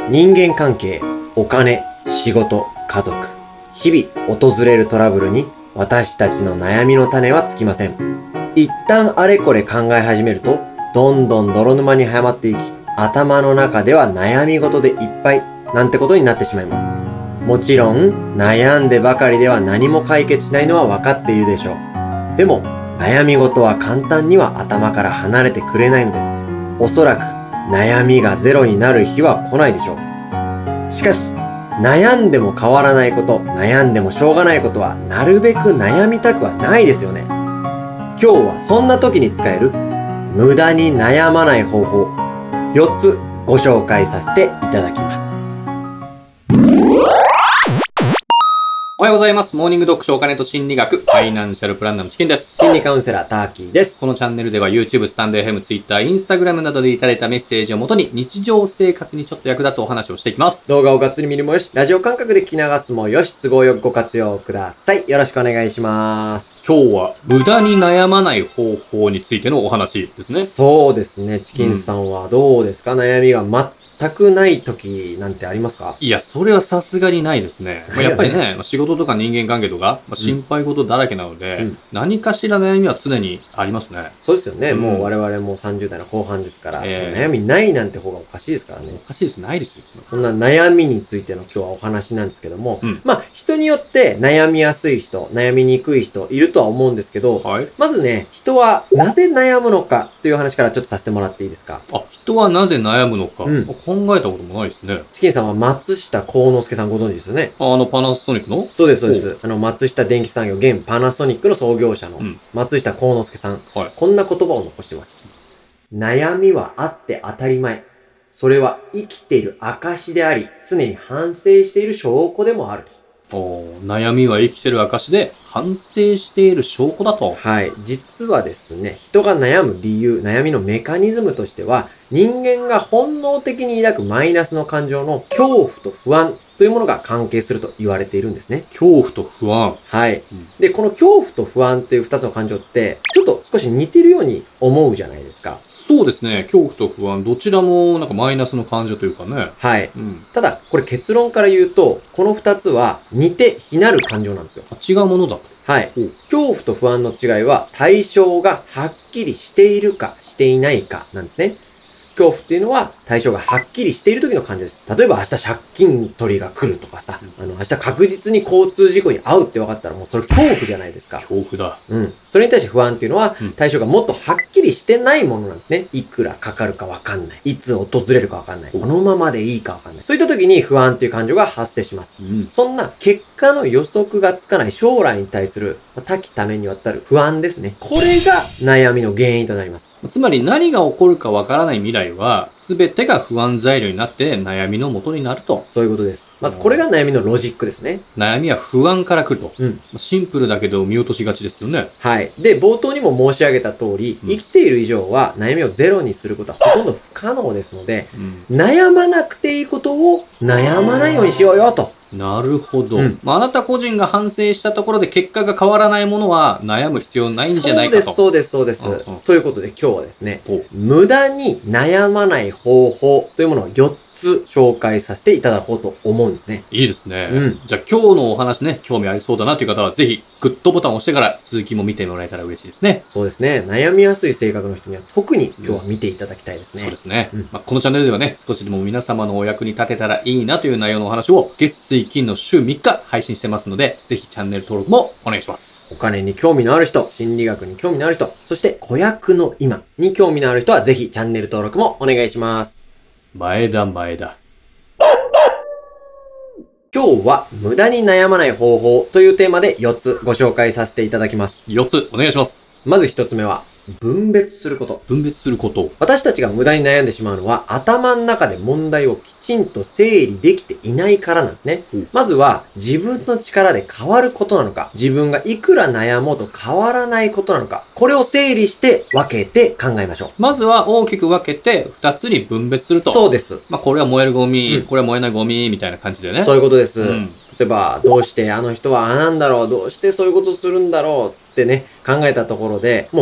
人間関係、お金、仕事、家族、日々訪れるトラブルに私たちの悩みの種はつきません。一旦あれこれ考え始めると、どんどん泥沼にはまっていき、頭の中では悩み事でいっぱいなんてことになってしまいます。もちろん、悩んでばかりでは何も解決しないのは分かっているでしょう。でも、悩み事は簡単には頭から離れてくれないのです。おそらく、悩みがゼロになる日は来ないでしょう。しかし、悩んでも変わらないこと、悩んでもしょうがないことは、なるべく悩みたくはないですよね。今日はそんな時に使える、無駄に悩まない方法、4つご紹介させていただきます。 おはようございます。モーニング読書お金と心理学、ファイナンシャルプランナーのチキンです。 心理カウンセラーターキーです。 このチャンネルでは YouTube、スタンド FM、Twitter、Instagram などでいただいたメッセージをもとに日常生活にちょっと役立つお話をしていきます。 動画をがっつり見るもよし、ラジオ感覚で聞き流すもよし、都合よくご活用ください。よろしくお願いします。 今日は無駄に悩まない方法についてのお話ですね。 そうですね。チキンさんはどうですか、悩みが全くない時なんてありますか？ いや、それはさすがにないですね。やっぱりね、仕事とか人間関係とか、心配事だらけなので、何かしら悩みは常にありますね。 そうですよね。もう我々も30代の後半ですから、悩みないなんて方がおかしいですからね。 おかしいです。ないですよ。 そんな悩みについての今日はお話なんですけども、人によって悩みやすい人、悩みにくい人いるとは思うんですけど、まずね、人はなぜ悩むのかという話からちょっとさせてもらっていいですか？ 人はなぜ悩むのか、考えたこともないですね。 チキンさんは松下幸之助さんご存知ですよね？ パナソニックの？ そうです、そうです。松下電器産業、現パナソニックの創業者の松下幸之助さん。こんな言葉を残してます。悩みはあって当たり前。それは生きている証であり、常に反省している証拠でもあると。 悩みは生きてる証で反省している証拠だと。 はい。実はですね、人が悩む理由、悩みのメカニズムとしては、人間が本能的に抱くマイナスの感情の恐怖と不安というものが関係すると言われているんですね。 恐怖と不安。 はい。で、この恐怖と不安っていう二つの感情って、ちょっと少し似てるように思うじゃないですか。 そうですね。恐怖と不安、どちらもなんかマイナスの感情というかね。 はい。ただ、これ結論から言うと、この二つは似て非なる感情なんですよ。 違うものだと。 はい。恐怖と不安の違いは、対象がはっきりしているかしていないかなんですね。恐怖っていうのは対象がはっきりしている時の感情です。例えば明日借金取りが来るとかさ、明日確実に交通事故に遭うって分かったらもうそれ恐怖じゃないですか。 恐怖だ。 それに対して不安っていうのは対象がもっとはっきりしてないものなんですね。いくらかかるか分かんない。いつ訪れるか分かんない。このままでいいか分かんない。そういった時に不安っていう感情が発生します。そんな結果の予測がつかない将来に対する多岐多面にわたる不安ですね。これが悩みの原因となります。 つまり何が起こるか分からない未来は全てが不安材料になって悩みの元になると。 そういうことです。まずこれが悩みのロジックですね。 悩みは不安から来ると。シンプルだけど見落としがちですよね。 はい。で、冒頭にも申し上げた通り、生きている以上は悩みをゼロにすることはほとんど不可能ですので、悩まなくていいことを悩まないようにしようよと。 なるほど。あなた個人が反省したところで結果が変わらないものは悩む必要ないんじゃないかと。 そうです。ということで今日はですね、無駄に悩まない方法というものを4つ紹介させていただこうと思うんですね。 いいですね。じゃあ今日のお話ね、興味ありそうだなという方はぜひグッドボタンを押してから続きも見てもらえたら嬉しいですね。 そうですね。悩みやすい性格の人には特に今日は見ていただきたいですね。 そうですね。このチャンネルではね、少しでも皆様のお役に立てたらいいなという内容のお話を月水金の週3日配信してますので、ぜひチャンネル登録もお願いします。 お金に興味のある人、心理学に興味のある人、そして子役の今に興味のある人はぜひチャンネル登録もお願いします。 前田。 今日は無駄に悩まない方法というテーマで4つご紹介させていただきます。 4つお願いします。 まず1つ目は分別すること。 分別すること。 私たちが無駄に悩んでしまうのは頭の中で問題をきちんと整理できていないからなんですね。まずは自分の力で変わることなのか、自分がいくら悩もうと変わらないことなのか、これを整理して分けて考えましょう。 まずは大きく分けて2つに分別すると。 そうです。 これは燃えるゴミ、これは燃えないゴミみたいな感じでね。 そういうことです。例えば、どうしてあの人はなんだろう、どうしてそういうことするんだろうってね、考えたところで、もう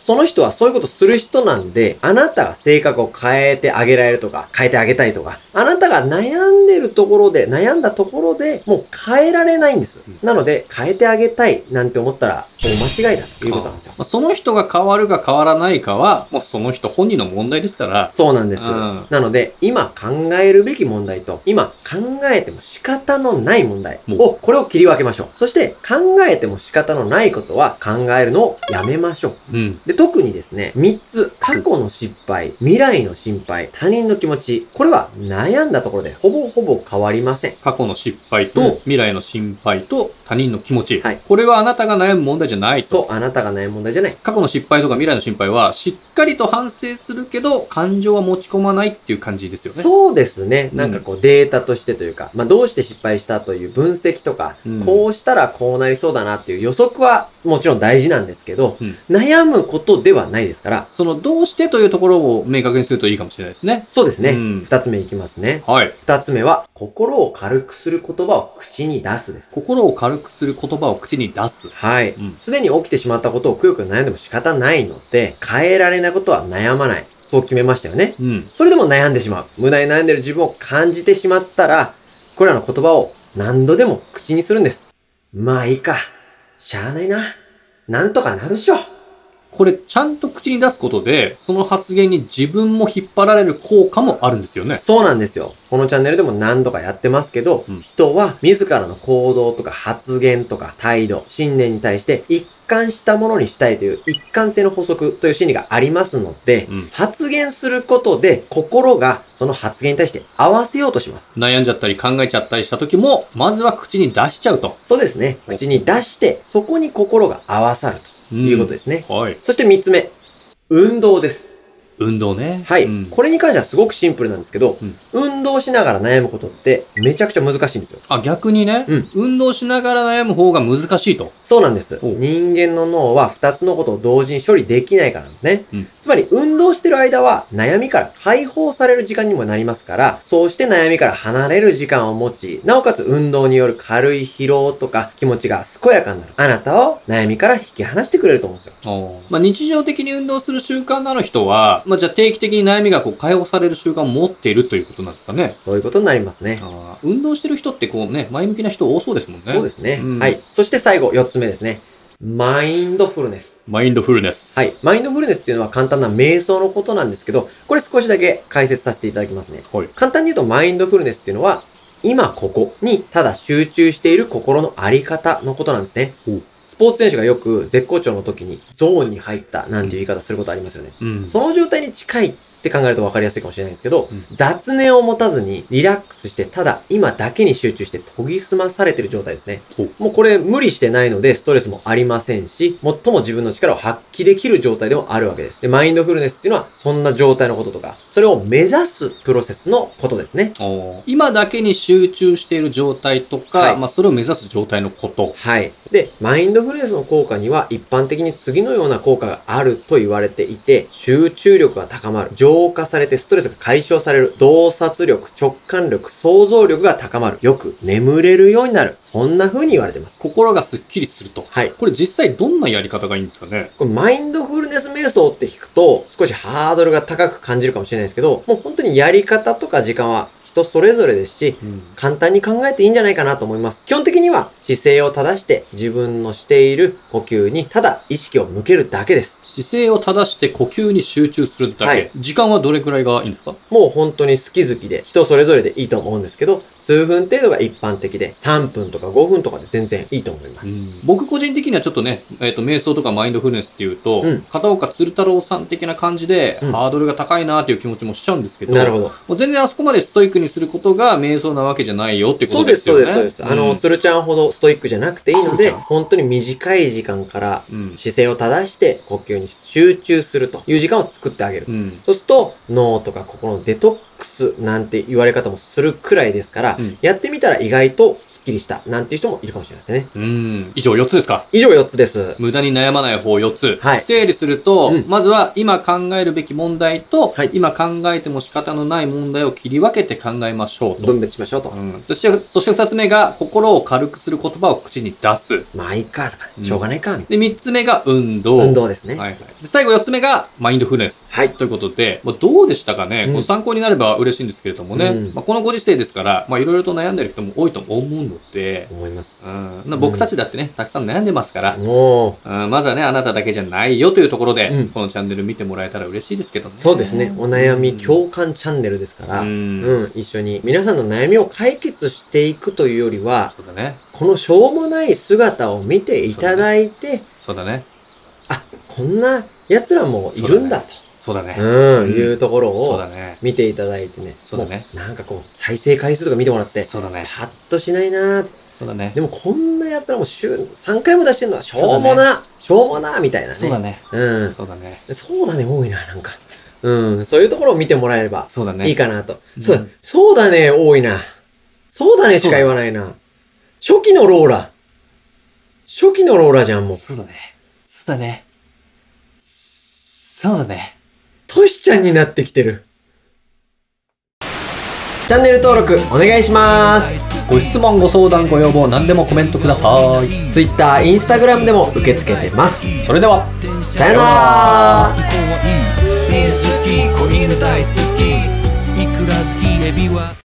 その人はそういうことする人なんで、あなたが性格を変えてあげられるとか、変えてあげたいとか、あなたが悩んだところで、もう変えられないんです。なので、変えてあげたいなんて思ったら、大間違いだということなんですよ。 その人が変わるか変わらないかは、もうその人本人の問題ですから。 そうなんです。なので、今考えるべき問題と、今考えても仕方のない問題これを切り分けましょう。そして、考えても仕方のないことは考えるのをやめましょう。で、特にですね、3つ、過去の失敗、未来の心配、他人の気持ち、これは悩んだところでほぼ変わりません。 過去の失敗と、未来の心配と、他人の気持ち。これはあなたが悩む問題じゃないと。 そう、あなたが悩む問題じゃない。 過去の失敗とか未来の心配は、しっかりと反省するけど、感情は持ち込まないっていう感じですよね。 そうですね。なんかデータとしてというか、どうして失敗したという分析とか、こうしたらこうなりそうだなっていう予測はもちろん大事なんですけど、悩むことではないですから。 そのどうしてというところを明確にするといいかもしれないですね。 そうですね。2つ目いきますね。2つ目は、心を軽くする言葉を口に出すです。 心を軽くする言葉を口に出す。 すでに起きてしまったことをくよくよ悩んでも仕方ないので、変えられないことは悩まない。そう決めましたよね。それでも悩んでしまう。無駄に悩んでる自分を感じてしまったら、これらの言葉を何度でも口にするんです。まあいいか。しゃあないな。なんとかなるっしょ。 これ、ちゃんと口に出すことで、その発言に自分も引っ張られる効果もあるんですよね。 そうなんですよ。このチャンネルでも何度かやってますけど、人は自らの行動とか発言とか態度、信念に対して一貫したものにしたいという一貫性の法則という心理がありますので、発言することで心がその発言に対して合わせようとします。 悩んじゃったり考えちゃったりした時も、まずは口に出しちゃうと。 そうですね。口に出して、そこに心が合わさるということですね。そして3つ目。運動です。 運動ね。 これに関してはすごくシンプルなんですけど、運動しながら悩むことってめちゃくちゃ難しいんですよ。 逆にね。運動しながら悩む方が難しいと。 そうなんです。人間の脳は2つのことを同時に処理できないからなんですね。つまり運動してる間は悩みから解放される時間にもなりますから、そうして悩みから離れる時間を持ち、なおかつ運動による軽い疲労とか気持ちが健やかになる。あなたを悩みから引き離してくれると思うんですよ。 日常的に運動する習慣のある人は、じゃあ定期的に悩みが解放される習慣を持っているということなんですかね。 そういうことになりますね。 運動してる人って前向きな人多そうですもんね。 そうですね。そして最後、4つ目ですね。マインドフルネス。 マインドフルネス。 マインドフルネスっていうのは簡単な瞑想のことなんですけど、これ少しだけ解説させていただきますね。簡単に言うとマインドフルネスっていうのは、今ここにただ集中している心のあり方のことなんですね。スポーツ選手がよく絶好調の時にゾーンに入ったなんていう言い方することありますよね。その状態に近いって考えると分かりやすいかもしれないんですけど、雑念を持たずにリラックスしてただ今だけに集中して研ぎ澄まされている状態ですね。もうこれ無理してないのでストレスもありませんし、最も自分の力を発揮できる状態でもあるわけです。で、マインドフルネスっていうのはそんな状態のこととか、それを目指すプロセスのことですね。 今だけに集中している状態とか、それを目指す状態のこと。 で、マインドフルネスの効果には一般的に次のような効果があると言われていて、集中力が高まる、浄化されてストレスが解消される、洞察力、直感力、想像力が高まる、よく眠れるようになる、そんな風に言われてます。 心がスッキリすると。これ実際どんなやり方がいいんですかね。 これマインドフルネス瞑想って聞くと少しハードルが高く感じるかもしれないですけど、もう本当にやり方とか時間は人それぞれですし、簡単に考えていいんじゃないかなと思います。基本的には姿勢を正して自分のしている呼吸にただ意識を向けるだけです。 姿勢を正して呼吸に集中するだけ。時間はどれくらいがいいんですか？ もう本当に好き好きで人それぞれでいいと思うんですけど、数分程度が一般的で3分とか5分とかで全然いいと思います。 僕個人的にはちょっとね、瞑想とかマインドフルネスっていうと、片岡鶴太郎さん的な感じで、ハードルが高いなっていう気持ちもしちゃうんですけど、 なるほど。 もう全然あそこまでストイックにすることが瞑想なわけじゃないよってことですよね。 そうです。鶴ちゃんほどストイックじゃなくていいので、本当に短い時間から姿勢を正して呼吸に集中するという時間を作ってあげる。そうすると脳とか心のデトックスなんて言われ方もするくらいですから、やってみたら意外とスきりしたなんていう人もいるかもしれないですね。 以上4つですか？ 以上4つです。 無駄に悩まない方4つ。 はい。 整理すると、 うんまずは今考えるべき問題と、 はい今考えても仕方のない問題を切り分けて考えましょうと。 分別しましょうと。 そして2つ目が心を軽くする言葉を口に出す。 まあいいかとか、しょうがないか、みたいで、3つ目が運動。 な。運動ですね。 はいはい。で、最後4つ目がマインドフルネス。 はい。 ということで、どうでしたかね、 うんこう参考になれば嬉しいんですけれどもね。 うんこのご時世ですから、いろいろと悩んでる人も多いと思うので、 思います。 僕たちだってね、たくさん悩んでますから、 もまずはね、あなただけじゃないよというところで、 うんこのチャンネル見てもらえたら嬉しいですけどね。 う、そうですね。お悩み共感チャンネルですから、一緒に皆さんの悩みを解決していくというよりは、 そうだね。 このしょうもない姿を見ていただいて、 そうだね。 あ、こんな奴らもいるんだと。 そうだね。 いうところをそうだね。 見ていただいてね。 そうだね。 なんかこう、再生回数とか見てもらって、 そうだね。 パッとしないなー。 そうだね。 でもこんな奴らも週3回も出してんのはしょうもな、しょうもな、みたいなね。 そうだね。そうだね。 そうだね、多いな、なんか。そういうところを見てもらえれば、 そうだね。 いいかなと。そうだね、多いな。そうだねしか言わないな。初期のローラじゃん、もう。 そうだね。そうだね。そうだね。 トシちゃんになってきてる。チャンネル登録お願いします。 ご質問、ご相談、ご要望、何でもコメントください。 Twitter、Instagram でも受け付けてます。 それでは、 さよなら。 ビール好き、子犬大好き、いくら好き、エビは